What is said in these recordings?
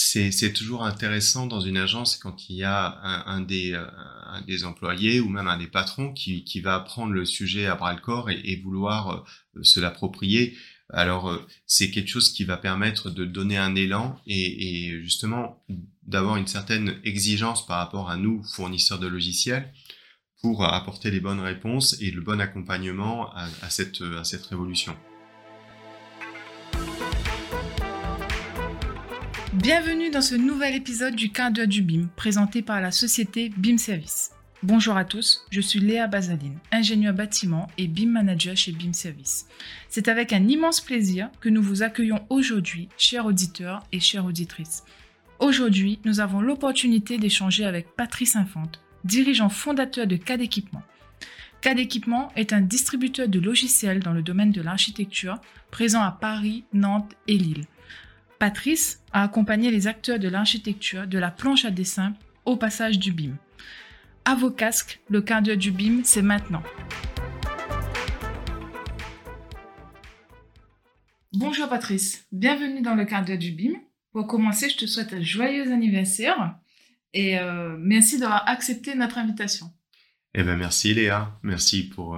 c'est toujours intéressant dans une agence quand il y a un des employés ou même un des patrons qui va prendre le sujet à bras-le-corps et vouloir se l'approprier. Alors, c'est quelque chose qui va permettre de donner un élan et justement d'avoir une certaine exigence par rapport à nous, fournisseurs de logiciels, pour apporter les bonnes réponses et le bon accompagnement à cette révolution. Bienvenue dans ce nouvel épisode du quart d'heure du BIM, présenté par la société BIM Service. Bonjour à tous, je suis Léa Bazaline, ingénieure bâtiment et BIM manager chez BIM Service. C'est avec un immense plaisir que nous vous accueillons aujourd'hui, chers auditeurs et chères auditrices. Aujourd'hui, nous avons l'opportunité d'échanger avec Patrice Infante, dirigeant fondateur de CAD Équipement. CAD Équipement est un distributeur de logiciels dans le domaine de l'architecture, présent à Paris, Nantes et Lille. Patrice a accompagné les acteurs de l'architecture de la planche à dessin au passage du BIM. À vos casques, le quart d'heure du BIM, c'est maintenant. Bonjour Patrice, bienvenue dans le quart d'heure du BIM. Pour commencer, je te souhaite un joyeux anniversaire et merci d'avoir accepté notre invitation. Eh ben merci Léa, merci pour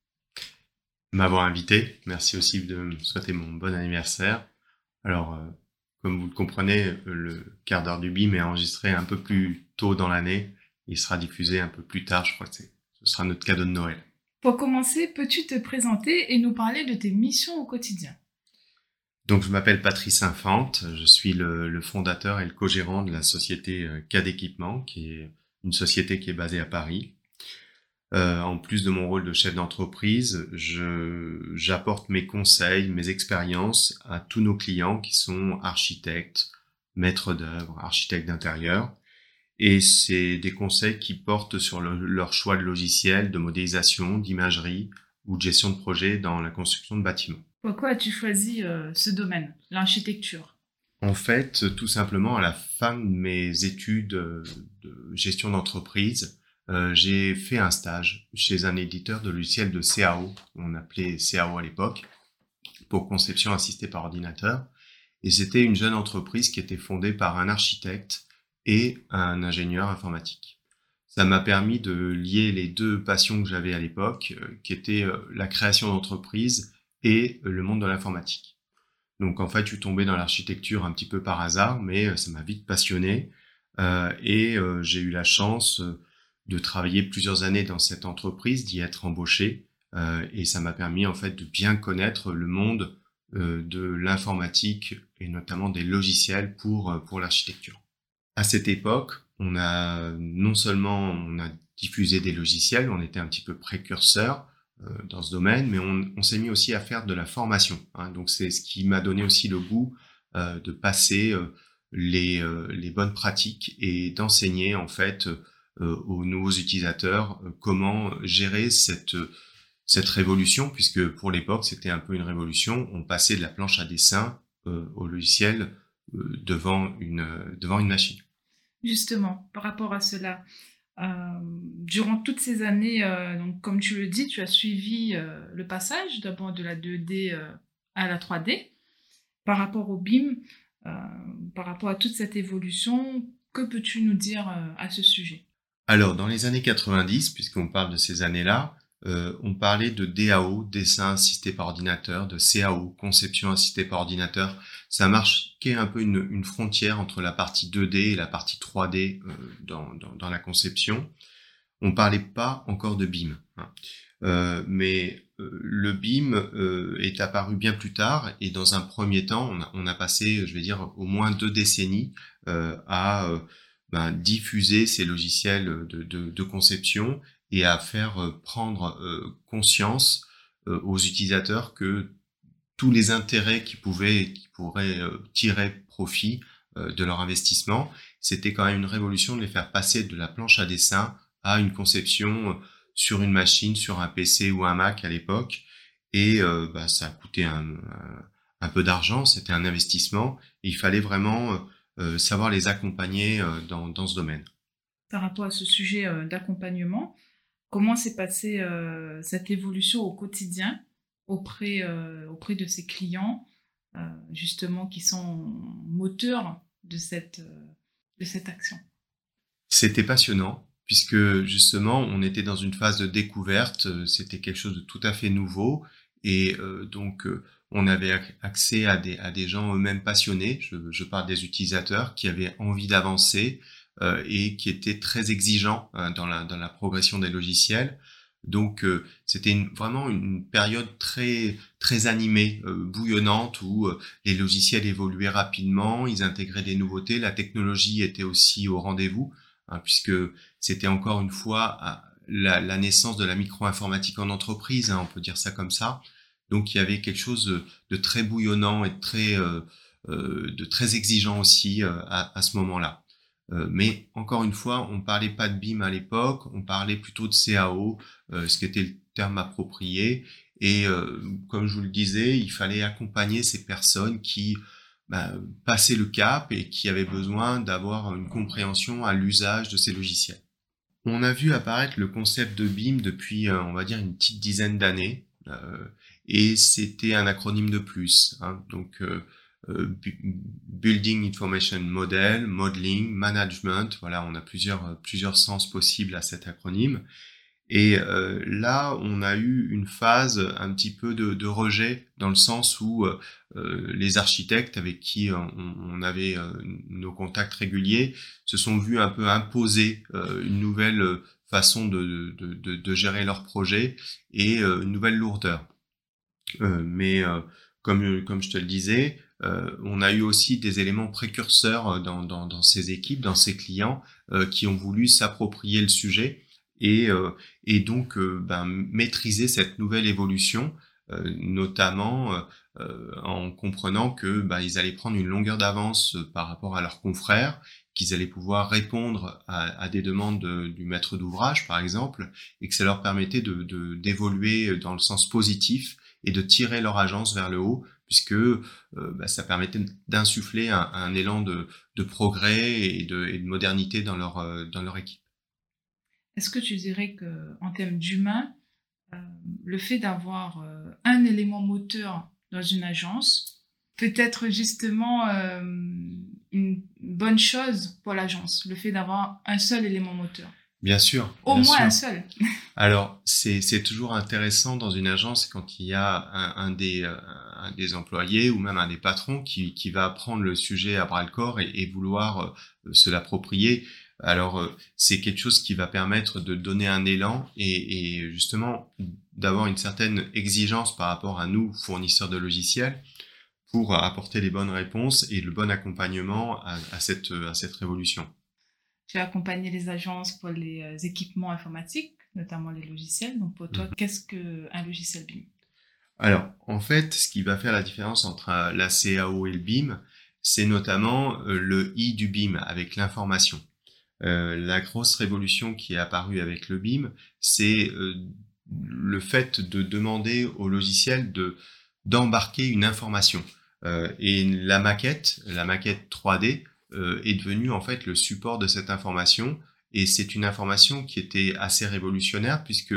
m'avoir invité. Merci aussi de me souhaiter mon bon anniversaire. Alors, comme vous le comprenez, le quart d'heure du BIM est enregistré un peu plus tôt dans l'année. Il sera diffusé un peu plus tard, je crois que ce sera notre cadeau de Noël. Pour commencer, peux-tu te présenter et nous parler de tes missions au quotidien ? Donc, je m'appelle Patrice Infante, je suis le fondateur et le co-gérant de la société CAD Équipement, qui est une société qui est basée à Paris. En plus de mon rôle de chef d'entreprise, j'apporte mes conseils, mes expériences à tous nos clients qui sont architectes, maîtres d'œuvre, architectes d'intérieur. Et c'est des conseils qui portent sur leur choix de logiciel, de modélisation, d'imagerie ou de gestion de projet dans la construction de bâtiments. Pourquoi as-tu choisi ce domaine, l'architecture ? En fait, tout simplement, à la fin de mes études de gestion d'entreprise, j'ai fait un stage chez un éditeur de logiciels de CAO, on appelait CAO à l'époque, pour conception assistée par ordinateur. Et c'était une jeune entreprise qui était fondée par un architecte et un ingénieur informatique. Ça m'a permis de lier les deux passions que j'avais à l'époque, qui étaient la création d'entreprise et le monde de l'informatique. Donc en fait, je suis tombé dans l'architecture un petit peu par hasard, mais ça m'a vite passionné et j'ai eu la chance de travailler plusieurs années dans cette entreprise, d'y être embauché, et ça m'a permis en fait de bien connaître le monde de l'informatique et notamment des logiciels pour l'architecture. À cette époque, on a diffusé des logiciels, on était un petit peu précurseur dans ce domaine, mais on s'est mis aussi à faire de la formation. Donc c'est ce qui m'a donné aussi le goût de passer les bonnes pratiques et d'enseigner en fait aux nouveaux utilisateurs comment gérer cette révolution, puisque pour l'époque c'était un peu une révolution. On passait de la planche à dessin au logiciel devant une machine. Justement, par rapport à cela, durant toutes ces années, donc comme tu le dis, tu as suivi le passage d'abord de la 2D à la 3D. Par rapport au BIM, par rapport à toute cette évolution, que peux-tu nous dire à ce sujet ? Alors, dans les années 90, puisqu'on parle de ces années-là, on parlait de DAO, dessin assisté par ordinateur, de CAO, conception assistée par ordinateur. Ça marquait un peu une frontière entre la partie 2D et la partie 3D dans la conception. On parlait pas encore de BIM, mais le BIM est apparu bien plus tard, et dans un premier temps, on a passé, je vais dire, au moins 2 décennies à diffuser ces logiciels de conception et à faire prendre conscience aux utilisateurs que tous les intérêts qui pourraient tirer profit de leur investissement, c'était quand même une révolution de les faire passer de la planche à dessin à une conception sur une machine, sur un PC ou un Mac à l'époque. Et ça a coûté un peu d'argent, c'était un investissement, et il fallait vraiment savoir les accompagner dans ce domaine. Par rapport à ce sujet d'accompagnement, comment s'est passée cette évolution au quotidien auprès de ces clients, justement, qui sont moteurs de cette action? C'était passionnant puisque justement on était dans une phase de découverte, c'était quelque chose de tout à fait nouveau et on avait accès à des gens eux-mêmes passionnés, je parle des utilisateurs qui avaient envie d'avancer et qui étaient très exigeants dans la progression des logiciels. C'était vraiment une période très très animée, bouillonnante où les logiciels évoluaient rapidement, ils intégraient des nouveautés, la technologie était aussi au rendez-vous, hein, puisque c'était encore une fois la naissance de la micro-informatique en entreprise, hein, on peut dire ça comme ça. Donc il y avait quelque chose de très bouillonnant et de très exigeant aussi à ce moment-là. Mais encore une fois, on parlait pas de BIM à l'époque, on parlait plutôt de CAO, ce qui était le terme approprié. Et comme je vous le disais, il fallait accompagner ces personnes qui passaient le cap et qui avaient besoin d'avoir une compréhension à l'usage de ces logiciels. On a vu apparaître le concept de BIM depuis, on va dire, une petite dizaine d'années, et c'était un acronyme de plus, hein. Building Information Model, Modeling, Management, voilà, on a plusieurs sens possibles à cet acronyme. Et là, on a eu une phase un petit peu de rejet, dans le sens où les architectes avec qui on avait nos contacts réguliers se sont vus un peu imposer une nouvelle façon de gérer leur projet et une nouvelle lourdeur. Comme je te le disais, on a eu aussi des éléments précurseurs dans ces équipes, dans ces clients, qui ont voulu s'approprier le sujet et maîtriser cette nouvelle évolution, notamment en comprenant que ils allaient prendre une longueur d'avance par rapport à leurs confrères, qu'ils allaient pouvoir répondre à des demandes du maître d'ouvrage, par exemple, et que ça leur permettait d'évoluer dans le sens positif et de tirer leur agence vers le haut, puisque ça permettait d'insuffler un élan de progrès et de modernité dans leur équipe. Est-ce que tu dirais que, en termes d'humain, le fait d'avoir un élément moteur dans une agence peut être justement une bonne chose pour l'agence, le fait d'avoir un seul élément moteur? Bien sûr. Au moins un seul. Alors, c'est toujours intéressant dans une agence quand il y a un des employés ou même un des patrons qui va prendre le sujet à bras-le-corps et vouloir se l'approprier. Alors, c'est quelque chose qui va permettre de donner un élan et justement d'avoir une certaine exigence par rapport à nous, fournisseurs de logiciels, pour apporter les bonnes réponses et le bon accompagnement à cette révolution. Tu as accompagné les agences pour les équipements informatiques, notamment les logiciels. Donc pour toi, qu'est-ce qu'un logiciel BIM? Alors, en fait, ce qui va faire la différence entre la CAO et le BIM, c'est notamment le I du BIM avec l'information. La grosse révolution qui est apparue avec le BIM, c'est le fait de demander au logiciel d'embarquer une information. Et la maquette 3D, est devenue en fait le support de cette information, et c'est une information qui était assez révolutionnaire puisque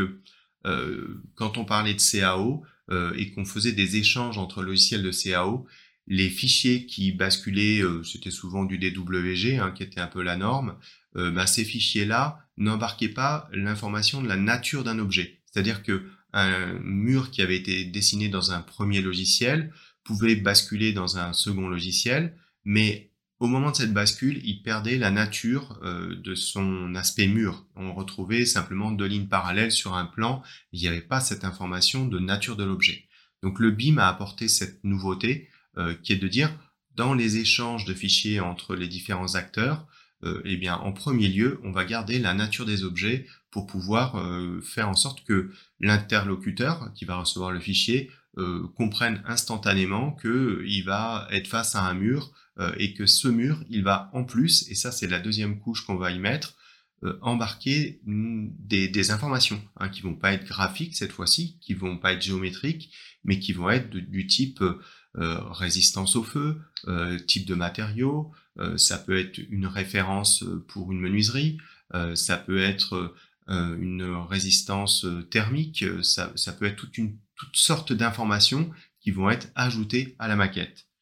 quand on parlait de CAO et qu'on faisait des échanges entre logiciels de CAO, les fichiers qui basculaient, c'était souvent du DWG, hein, qui était un peu la norme, ces fichiers-là n'embarquaient pas l'information de la nature d'un objet. C'est-à-dire que un mur qui avait été dessiné dans un premier logiciel pouvait basculer dans un second logiciel, mais au moment de cette bascule, il perdait la nature de son aspect mur. On retrouvait simplement deux lignes parallèles sur un plan, il n'y avait pas cette information de nature de l'objet. Donc le BIM a apporté cette nouveauté qui est de dire, dans les échanges de fichiers entre les différents acteurs, en premier lieu, on va garder la nature des objets pour pouvoir faire en sorte que l'interlocuteur qui va recevoir le fichier comprenne instantanément qu'il va être face à un mur et que ce mur, il va en plus, et ça c'est la deuxième couche qu'on va y mettre, embarquer des informations qui vont pas être graphiques cette fois-ci, qui vont pas être géométriques, mais qui vont être du type résistance au feu, type de matériaux, ça peut être une référence pour une menuiserie, ça peut être une résistance thermique, ça peut être toutes sortes d'informations qui vont être ajoutées à la maquette.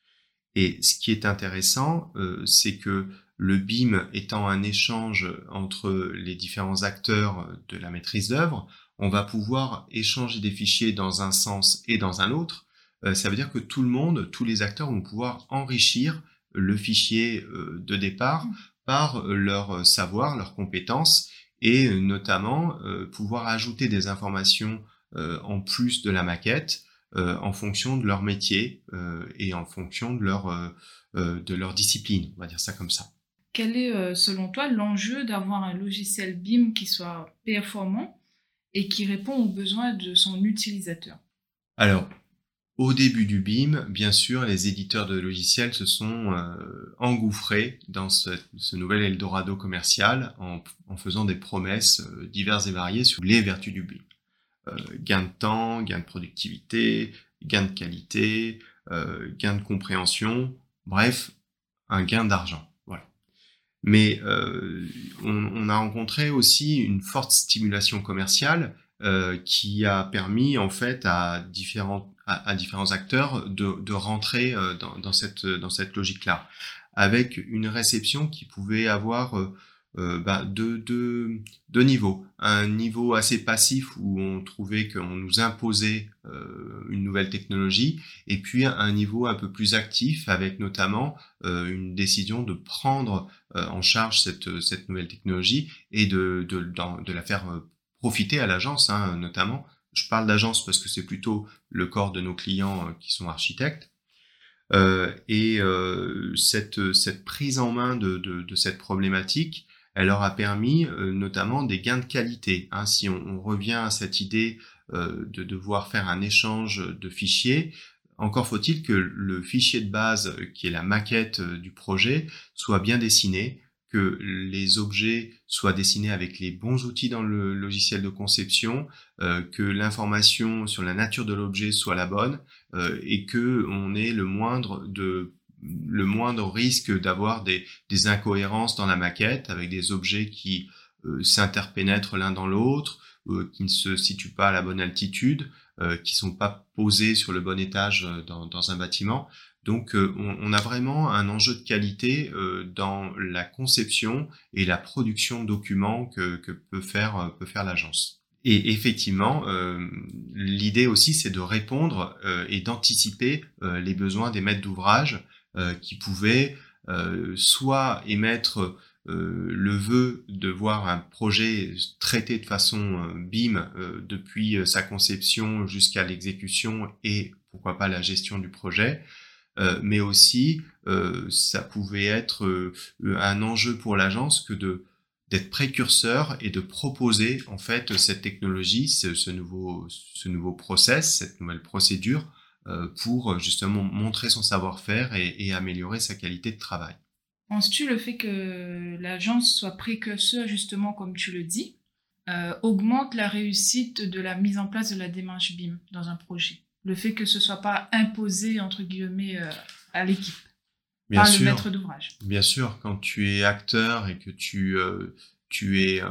Et ce qui est intéressant, c'est que le BIM étant un échange entre les différents acteurs de la maîtrise d'œuvre, on va pouvoir échanger des fichiers dans un sens et dans un autre. Ça veut dire que tout le monde, tous les acteurs vont pouvoir enrichir le fichier de départ par leur savoir, leurs compétences, et notamment pouvoir ajouter des informations en plus de la maquette en fonction de leur métier et en fonction de leur discipline, on va dire ça comme ça. Quel est, selon toi, l'enjeu d'avoir un logiciel BIM qui soit performant et qui répond aux besoins de son utilisateur? Alors, au début du BIM, bien sûr, les éditeurs de logiciels se sont engouffrés dans ce nouvel Eldorado commercial en faisant des promesses diverses et variées sur les vertus du BIM. Gain de temps, gain de productivité, gain de qualité, gain de compréhension, bref, un gain d'argent. Voilà. Mais on a rencontré aussi une forte stimulation commerciale qui a permis en fait à différents acteurs de rentrer dans cette logique-là, avec une réception qui pouvait avoir deux niveaux. Un niveau assez passif où on trouvait qu'on nous imposait une nouvelle technologie, et puis un niveau un peu plus actif avec notamment une décision de prendre en charge cette nouvelle technologie et de la faire profiter à l'agence, hein, notamment. Je parle d'agence parce que c'est plutôt le corps de nos clients qui sont architectes. Cette prise en main de cette problématique, elle leur a permis notamment des gains de qualité. Hein. Si on revient à cette idée de devoir faire un échange de fichiers, encore faut-il que le fichier de base, qui est la maquette du projet, soit bien dessiné, que les objets soient dessinés avec les bons outils dans le logiciel de conception, que l'information sur la nature de l'objet soit la bonne, et que on ait le moindre risque d'avoir des incohérences dans la maquette avec des objets qui s'interpénètrent l'un dans l'autre, qui ne se situent pas à la bonne altitude, qui sont pas posés sur le bon étage dans un bâtiment. Donc on a vraiment un enjeu de qualité dans la conception et la production de documents que peut faire l'agence. Et effectivement, l'idée aussi, c'est de répondre et d'anticiper les besoins des maîtres d'ouvrage qui pouvaient soit émettre le vœu de voir un projet traité de façon BIM depuis sa conception jusqu'à l'exécution et pourquoi pas la gestion du projet, mais aussi ça pouvait être un enjeu pour l'agence que d'être précurseur et de proposer en fait cette technologie, ce nouveau process, cette nouvelle procédure pour justement montrer son savoir-faire et améliorer sa qualité de travail. Penses-tu le fait que l'agence soit précurseur, justement comme tu le dis, augmente la réussite de la mise en place de la démarche BIM dans un projet? Le fait que ce soit pas imposé, entre guillemets, à l'équipe, Bien par sûr, le maître d'ouvrage. Bien sûr, quand tu es acteur et que tu es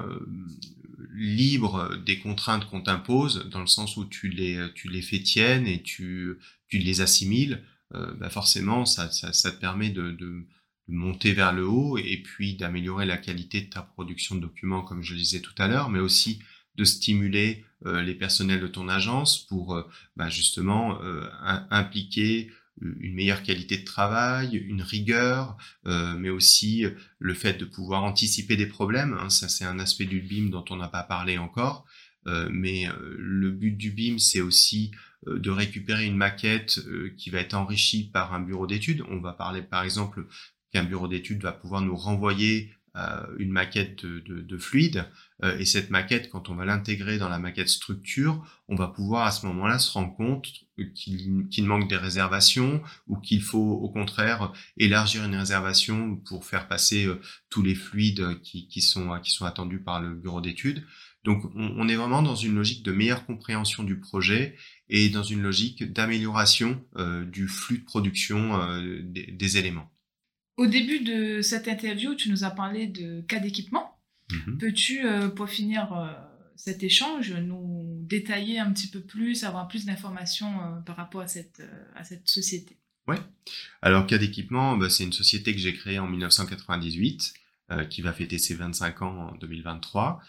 libre des contraintes qu'on t'impose, dans le sens où tu les fais tiennes et tu les assimiles, forcément ça te permet de monter vers le haut et puis d'améliorer la qualité de ta production de documents, comme je le disais tout à l'heure, mais aussi de stimuler les personnels de ton agence pour justement impliquer une meilleure qualité de travail, une rigueur, mais aussi le fait de pouvoir anticiper des problèmes. Hein, ça, c'est un aspect du BIM dont on n'a pas parlé encore. Mais le but du BIM, c'est aussi de récupérer une maquette qui va être enrichie par un bureau d'études. On va parler, par exemple, qu'un bureau d'études va pouvoir nous renvoyer une maquette de fluide, et cette maquette, quand on va l'intégrer dans la maquette structure, on va pouvoir à ce moment-là se rendre compte qu'il manque des réservations ou qu'il faut au contraire élargir une réservation pour faire passer tous les fluides qui sont attendus par le bureau d'études. Donc on est vraiment dans une logique de meilleure compréhension du projet et dans une logique d'amélioration du flux de production des éléments. Au début de cette interview, tu nous as parlé de cas d'équipement. Peux-tu, pour finir cet échange, nous détailler un petit peu plus, avoir plus d'informations par rapport à cette société? Ouais. Alors, Cas d'équipement, c'est une société que j'ai créée en 1998, qui va fêter ses 25 ans en 2023.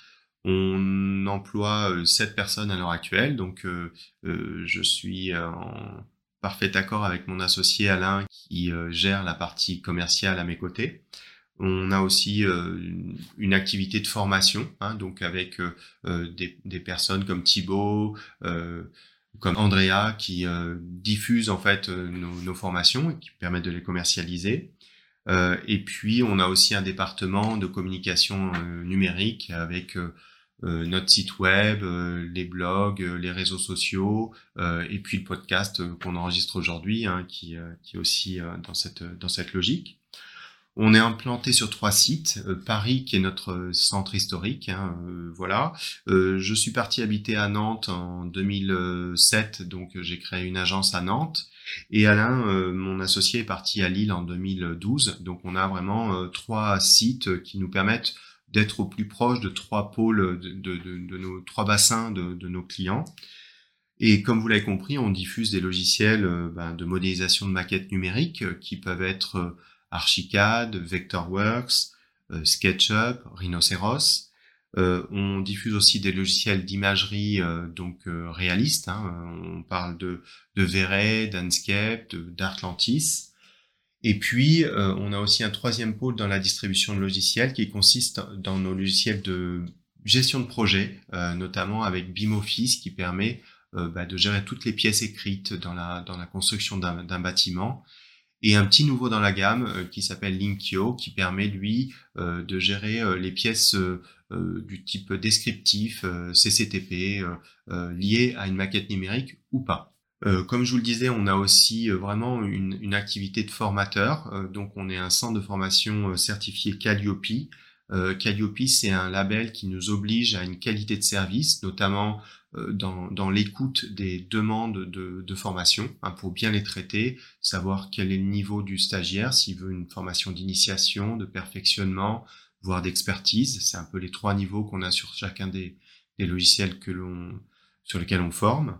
On emploie 7 personnes à l'heure actuelle, donc je suis en parfait accord avec mon associé Alain qui gère la partie commerciale à mes côtés. On a aussi une activité de formation, hein, donc avec des personnes comme Thibaut, comme Andrea qui diffusent en fait nos formations et qui permettent de les commercialiser. Et puis on a aussi un département de communication numérique avec notre site web, les blogs, les réseaux sociaux, et puis le podcast qu'on enregistre aujourd'hui, hein, qui est aussi dans cette logique. On est implanté sur 3 sites, Paris qui est notre centre historique, hein, voilà. Je suis parti habiter à Nantes en 2007, donc j'ai créé une agence à Nantes. Et Alain, mon associé, est parti à Lille en 2012, donc on a vraiment 3 sites qui nous permettent d'être au plus proche de 3 pôles, de nos 3 bassins de nos clients. Et comme vous l'avez compris, on diffuse des logiciels de modélisation de maquettes numériques qui peuvent être Archicad, Vectorworks, SketchUp, Rhinoceros. On diffuse aussi des logiciels d'imagerie réalistes. Hein. On parle de V-Ray, d'Enscape, d'Artlantis. Et puis, on a aussi un troisième pôle dans la distribution de logiciels qui consiste dans nos logiciels de gestion de projet, notamment avec BIM Office qui permet de gérer toutes les pièces écrites dans la construction d'un bâtiment. Et un petit nouveau dans la gamme qui s'appelle Linkio, qui permet, lui, de gérer les pièces du type descriptif, CCTP, liées à une maquette numérique ou pas. Comme je vous le disais, on a aussi vraiment une activité de formateur. Donc, on est un centre de formation certifié Calliope. Calliope, c'est un label qui nous oblige à une qualité de service, notamment dans l'écoute des demandes de formation, hein, pour bien les traiter, savoir quel est le niveau du stagiaire, s'il veut une formation d'initiation, de perfectionnement, voire d'expertise. C'est un peu les 3 niveaux qu'on a sur chacun des logiciels sur lesquels on forme.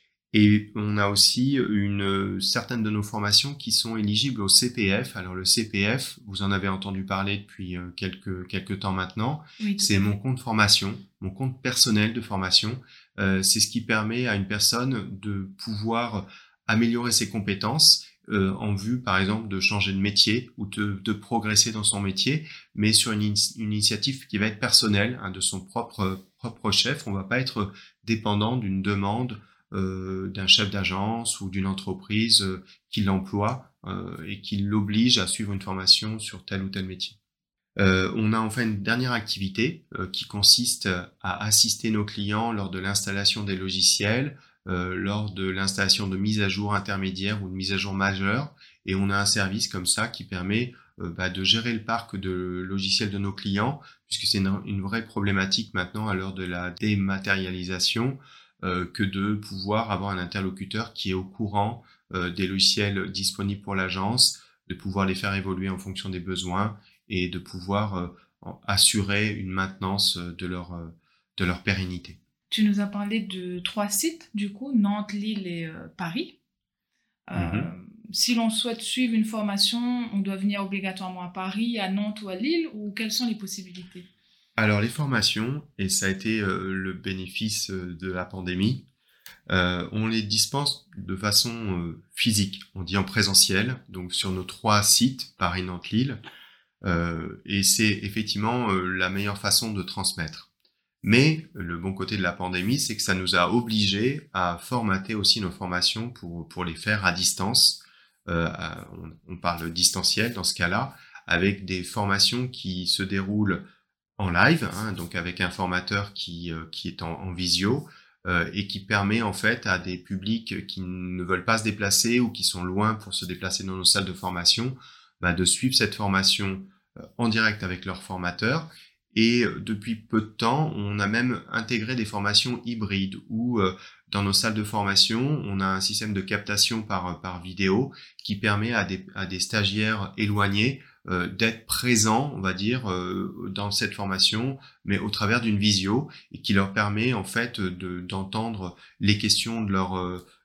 Et on a aussi certaines de nos formations qui sont éligibles au CPF. Alors le CPF, vous en avez entendu parler depuis quelques temps maintenant. Oui, c'est mon compte formation, mon compte personnel de formation. C'est ce qui permet à une personne de pouvoir améliorer ses compétences en vue, par exemple, de changer de métier ou de progresser dans son métier, mais sur une initiative qui va être personnelle, hein, de son propre chef. On ne va pas être dépendant d'une demande d'un chef d'agence ou d'une entreprise qui l'emploie et qui l'oblige à suivre une formation sur tel ou tel métier. On a enfin une dernière activité qui consiste à assister nos clients lors de l'installation des logiciels, lors de l'installation de mise à jour intermédiaire ou de mise à jour majeure, et on a un service comme ça qui permet de gérer le parc de logiciels de nos clients, puisque c'est une vraie problématique maintenant à l'heure de la dématérialisation, que de pouvoir avoir un interlocuteur qui est au courant des logiciels disponibles pour l'agence, de pouvoir les faire évoluer en fonction des besoins et de pouvoir assurer une maintenance de leur pérennité. Tu nous as parlé de 3 sites, du coup, Nantes, Lille et Paris. Si l'on souhaite suivre une formation, on doit venir obligatoirement à Paris, à Nantes ou à Lille, ou quelles sont les possibilités ? Alors les formations, et ça a été le bénéfice de la pandémie, on les dispense de façon physique, on dit en présentiel, donc sur nos 3 sites, Paris, Nantes, Lille, et c'est effectivement la meilleure façon de transmettre. Mais le bon côté de la pandémie, c'est que ça nous a obligés à formater aussi nos formations pour les faire à distance. On parle distanciel dans ce cas-là, avec des formations qui se déroulent en live, hein, donc avec un formateur qui est en visio et qui permet en fait à des publics qui ne veulent pas se déplacer ou qui sont loin pour se déplacer dans nos salles de formation, de suivre cette formation en direct avec leur formateur. Et depuis peu de temps, on a même intégré des formations hybrides où dans nos salles de formation, on a un système de captation par vidéo qui permet à des stagiaires éloignés d'être présents, on va dire, dans cette formation, mais au travers d'une visio, et qui leur permet en fait d'entendre les questions de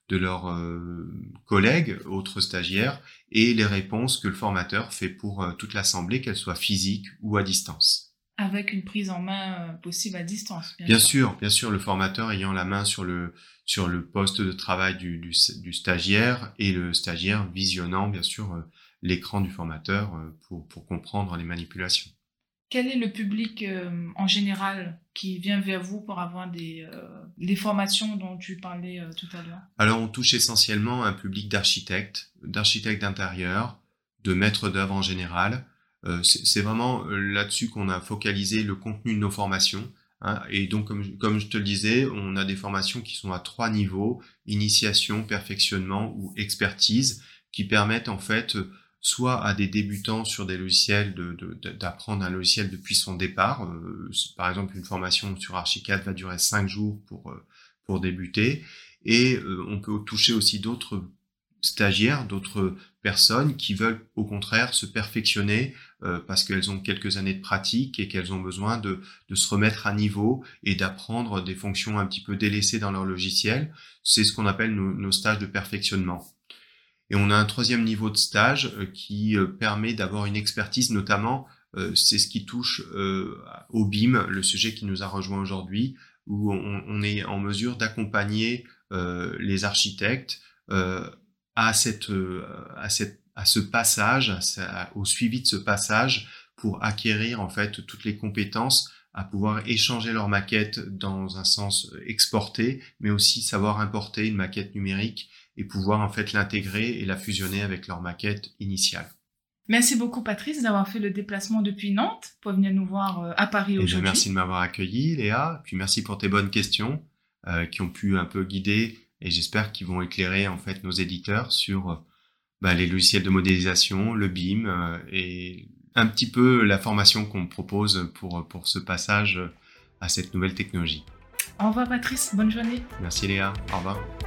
de leurs collègues, autres stagiaires, et les réponses que le formateur fait pour toute l'assemblée, qu'elle soit physique ou à distance. Avec une prise en main possible à distance, bien sûr, le formateur ayant la main sur le poste de travail du stagiaire et le stagiaire visionnant bien sûr l'écran du formateur pour comprendre les manipulations. Quel est le public en général qui vient vers vous pour avoir les formations dont tu parlais tout à l'heure? Alors, on touche essentiellement un public d'architectes d'intérieur, de maîtres d'œuvre en général. C'est vraiment là-dessus qu'on a focalisé le contenu de nos formations. Hein, et donc, comme je te le disais, on a des formations qui sont à 3 niveaux, initiation, perfectionnement ou expertise, qui permettent en fait soit à des débutants sur des logiciels d'apprendre un logiciel depuis son départ. Par exemple, une formation sur Archicad va durer 5 jours pour débuter. Et on peut toucher aussi d'autres stagiaires, d'autres personnes qui veulent au contraire se perfectionner parce qu'elles ont quelques années de pratique et qu'elles ont besoin de se remettre à niveau et d'apprendre des fonctions un petit peu délaissées dans leur logiciel. C'est ce qu'on appelle nos stages de perfectionnement. Et on a un 3e niveau de stage qui permet d'avoir une expertise, notamment c'est ce qui touche au BIM, le sujet qui nous a rejoint aujourd'hui, où on est en mesure d'accompagner les architectes à ce passage, au suivi de ce passage, pour acquérir en fait toutes les compétences, à pouvoir échanger leur maquette dans un sens exporté, mais aussi savoir importer une maquette numérique et pouvoir en fait l'intégrer et la fusionner avec leur maquette initiale. Merci beaucoup Patrice d'avoir fait le déplacement depuis Nantes pour venir nous voir à Paris aujourd'hui. Merci de m'avoir accueilli Léa, puis merci pour tes bonnes questions qui ont pu un peu guider et j'espère qu'ils vont éclairer en fait nos éditeurs sur les logiciels de modélisation, le BIM et un petit peu la formation qu'on propose pour ce passage à cette nouvelle technologie. Au revoir Patrice, bonne journée. Merci Léa, au revoir.